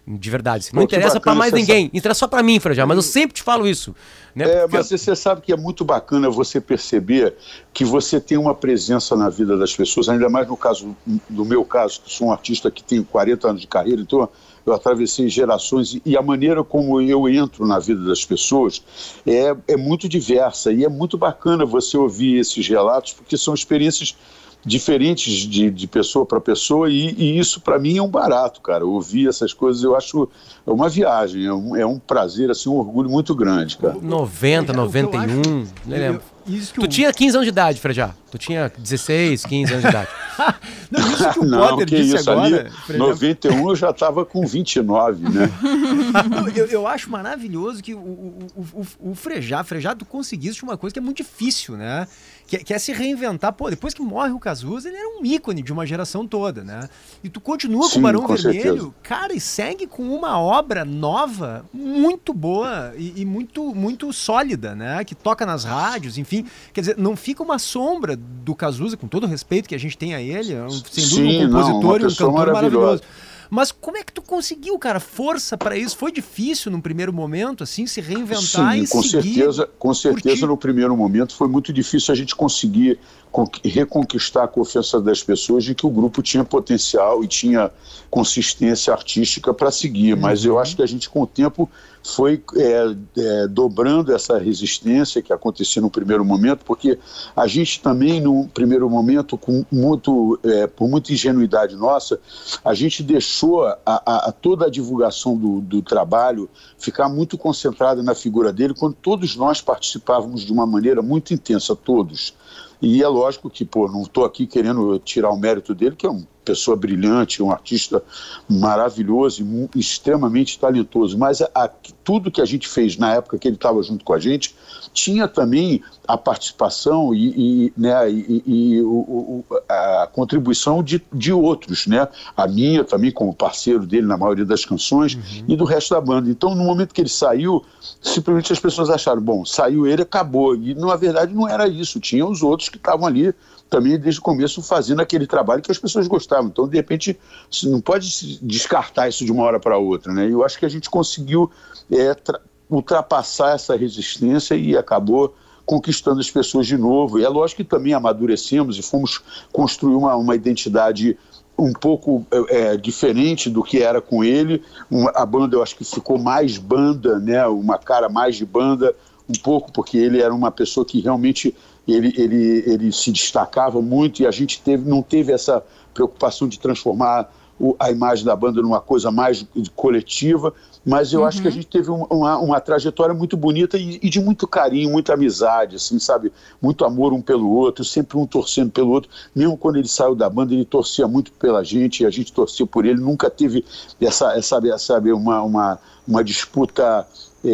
De verdade. Pô, Não interessa pra mais ninguém. Sabe... Interessa só pra mim, Frejá. Mas eu sempre te falo isso. Né? É, Porque... mas você sabe que é muito bacana você perceber que você tem uma presença na vida das pessoas, ainda mais no caso, no meu caso, que sou um artista que tenho quarenta anos de carreira, então eu atravessei gerações e a maneira como eu entro na vida das pessoas é, é muito diversa e é muito bacana você ouvir esses relatos, porque são experiências diferentes de, de pessoa para pessoa e, e isso para mim é um barato, cara. Ouvir essas coisas eu acho é uma viagem, é um, é um prazer, assim, um orgulho muito grande, cara. noventa, noventa e um, não lembro. Isso que tu eu... tinha quinze anos de idade, Frejá. Tu tinha dezesseis, quinze anos de idade. Não, isso que o não, Potter que disse isso, agora... Ali, noventa e um eu já estava com vinte e nove, né? Não, eu, eu acho maravilhoso que o, o, o, o Frejá, Frejá, tu conseguiste uma coisa que é muito difícil, né? Que, que é se reinventar. Pô, depois que morre o Cazuza, ele era um ícone de uma geração toda, né? E tu continua Sim, com o Barão com Vermelho, certeza. cara, e segue com uma obra nova, muito boa e, e muito, muito sólida, né? Que toca nas rádios, enfim. Quer dizer, não fica uma sombra do Cazuza, com todo o respeito que a gente tem a ele, é um, sem dúvida Sim, um compositor não, e um cantor maravilhoso. Mas como é que tu conseguiu, cara, força para isso? Foi difícil num primeiro momento, assim, se reinventar Sim, e com seguir? certeza, com certeza no primeiro momento foi muito difícil a gente conseguir reconquistar a confiança das pessoas de que o grupo tinha potencial e tinha consistência artística para seguir, uhum. Mas eu acho que a gente com o tempo foi é, é, dobrando essa resistência que acontecia no primeiro momento, porque a gente também no primeiro momento, com muito, é, por muita ingenuidade nossa, a gente deixou a, a, a toda a divulgação do, do trabalho ficar muito concentrada na figura dele, quando todos nós participávamos de uma maneira muito intensa, todos. E é lógico que, pô, não estou aqui querendo tirar o mérito dele, que é uma pessoa brilhante, um artista maravilhoso e extremamente talentoso, mas a, a, tudo que a gente fez na época que ele estava junto com a gente, tinha também a participação e, e, né, e, e o, o, a contribuição de, de outros, né? A minha também como parceiro dele na maioria das canções, uhum. E do resto da banda. Então, no momento que ele saiu, simplesmente as pessoas acharam, bom, saiu ele, acabou. E na verdade não era isso, tinha os outros que estavam ali também desde o começo fazendo aquele trabalho que as pessoas gostavam. Então, de repente, você não pode descartar isso de uma hora para outra, né? E eu acho que a gente conseguiu é, ultrapassar essa resistência e acabou conquistando as pessoas de novo. E é lógico que também amadurecemos e fomos construir uma, uma identidade um pouco é, diferente do que era com ele. Uma, a banda, eu acho que ficou mais banda, né? Uma cara mais de banda, um pouco, porque ele era uma pessoa que realmente ele, ele, ele se destacava muito e a gente teve, não teve essa preocupação de transformar o, a imagem da banda numa coisa mais coletiva, mas eu uhum. acho que a gente teve um, uma, uma trajetória muito bonita e, e de muito carinho, muita amizade, assim, sabe? Muito amor um pelo outro, sempre um torcendo pelo outro. Mesmo quando ele saiu da banda, ele torcia muito pela gente e a gente torcia por ele. Nunca teve essa, essa, sabe, uma, uma, uma disputa...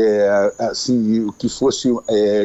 É, assim, que fosse é,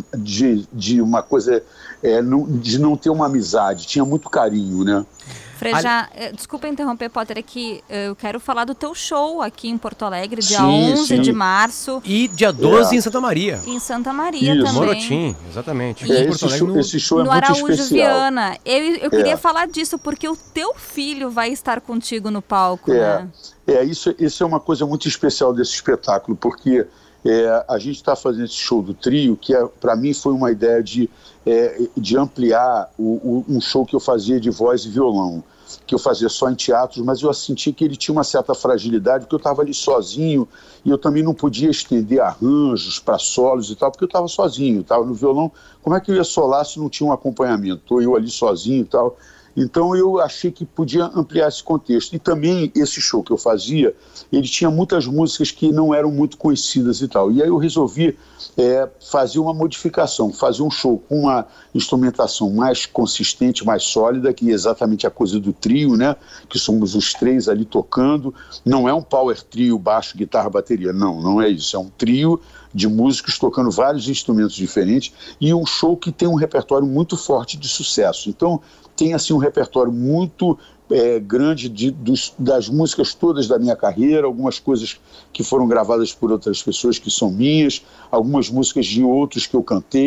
de, de uma coisa, é, de não ter uma amizade, tinha muito carinho, né? Frejá, Ali... desculpa interromper, Potter, é que eu quero falar do teu show aqui em Porto Alegre, dia sim, onze sim. de março. E dia doze é. em Santa Maria. Em Santa Maria Isso. também. Morotim, exatamente. É, esse, show, no, esse show é no muito Araújo especial. Viana. Eu, eu queria é. falar disso, porque o teu filho vai estar contigo no palco, é. né? É, isso, isso é uma coisa muito especial desse espetáculo, porque é, a gente está fazendo esse show do trio, que é, para mim foi uma ideia de, é, de ampliar o, o, um show que eu fazia de voz e violão, que eu fazia só em teatros, mas eu senti que ele tinha uma certa fragilidade, porque eu estava ali sozinho e eu também não podia estender arranjos para solos e tal, porque eu estava sozinho, estava no violão. Como é que eu ia solar se não tinha um acompanhamento? Estou eu ali sozinho e tal. Então eu achei que podia ampliar esse contexto. E também esse show que eu fazia, ele tinha muitas músicas que não eram muito conhecidas e tal. E aí eu resolvi é, fazer uma modificação, fazer um show com uma instrumentação mais consistente, mais sólida, que é exatamente a coisa do trio, né? Que somos os três ali tocando. Não é um power trio, baixo, guitarra, bateria. Não, não é isso. É um trio de músicos tocando vários instrumentos diferentes e um show que tem um repertório muito forte de sucesso. Então, tem assim um repertório muito é, grande de, dos, das músicas todas da minha carreira, algumas coisas que foram gravadas por outras pessoas que são minhas, algumas músicas de outros que eu cantei,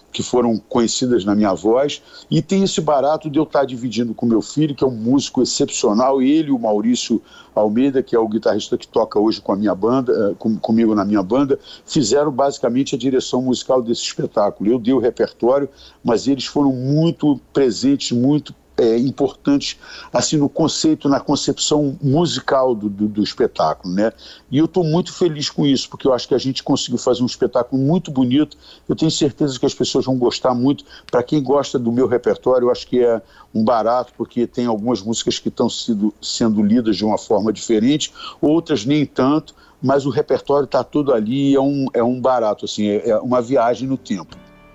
que foram conhecidas na minha voz, e tem esse barato de eu estar dividindo com meu filho, que é um músico excepcional, ele e o Maurício Almeida, que é o guitarrista que toca hoje com a minha banda, com, comigo na minha banda, fizeram basicamente a direção musical desse espetáculo. Eu dei o repertório, mas eles foram muito presentes, muito É, importantes assim, no conceito, na concepção musical do, do, do espetáculo, né? E eu estou muito feliz com isso, porque eu acho que a gente conseguiu fazer um espetáculo muito bonito. Eu tenho certeza que as pessoas vão gostar muito. Para quem gosta do meu repertório, eu acho que é um barato, porque tem algumas músicas que estão sendo, sendo lidas de uma forma diferente, outras nem tanto, mas o repertório está todo ali, é um, é um barato, assim, é, é uma viagem no tempo.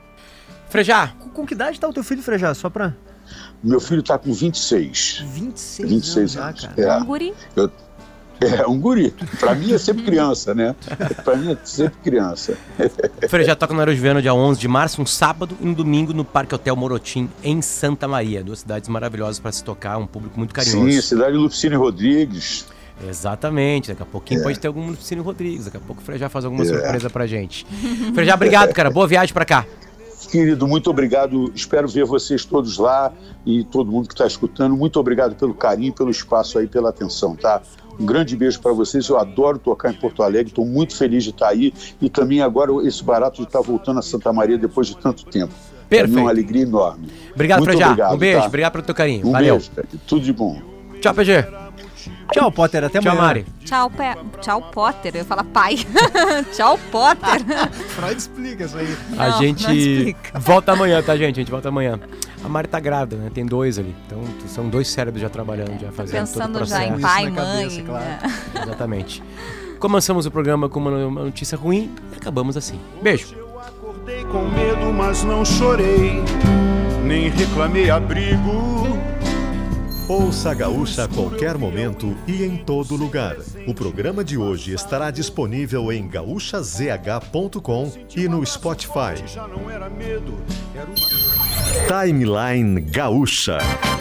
Frejá. Com, com que idade está o teu filho, Frejá? Só para... Meu filho está com vinte e seis. vinte e seis, vinte e seis anos, anos. já, cara. É. Um guri? Eu, é, um guri. Para mim é sempre criança, né? Para mim é sempre criança. O Frejá toca no Aero de Viana dia onze de março, um sábado e um domingo no Parque Hotel Morotim, em Santa Maria. Duas cidades maravilhosas para se tocar, um público muito carinhoso. Sim, cidade de Lupicínio Rodrigues. Exatamente, daqui a pouquinho É. pode ter algum Lupicínio Rodrigues, daqui a pouco o Frejá faz alguma É. surpresa pra gente. Frejá, obrigado, cara, boa viagem pra cá. Querido, muito obrigado. Espero ver vocês todos lá e todo mundo que está escutando. Muito obrigado pelo carinho, pelo espaço aí, pela atenção, tá? Um grande beijo para vocês. Eu adoro tocar em Porto Alegre. Estou muito feliz de estar aí e também agora esse barato de estar voltando a Santa Maria depois de tanto tempo. Perfeito. É uma alegria enorme. Obrigado, muito Frejá. obrigado, Um beijo, tá? obrigado pelo teu carinho. Um Valeu. beijo, cara. Tudo de bom. Tchau, P G. Tchau, Potter. Até Tchau, amanhã. Mari. Tchau, Pe... Tchau, Potter. Eu ia falar pai. Tchau, Potter. Freud explica isso aí. A Não, gente não explica. volta amanhã, tá, gente? A gente volta amanhã. A Mari tá grávida, né? Tem dois ali. Então, são dois cérebros já trabalhando, já fazendo todo o Pensando processo. já em isso pai, na mãe. cabeça, claro. né? Exatamente. Começamos o programa com uma uma notícia ruim e acabamos assim. Beijo. Eu acordei com medo, mas não chorei, nem reclamei abrigo. Ouça a Gaúcha a qualquer momento e em todo lugar. O programa de hoje estará disponível em gaúcha z h ponto com e no Spotify. Já não era medo, era uma... Timeline Gaúcha.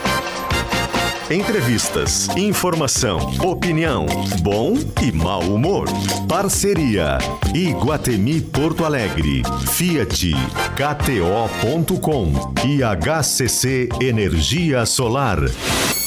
Entrevistas, informação, opinião, bom e mau humor. Parceria Iguatemi Porto Alegre, Fiat, K T O ponto com e H C C Energia Solar.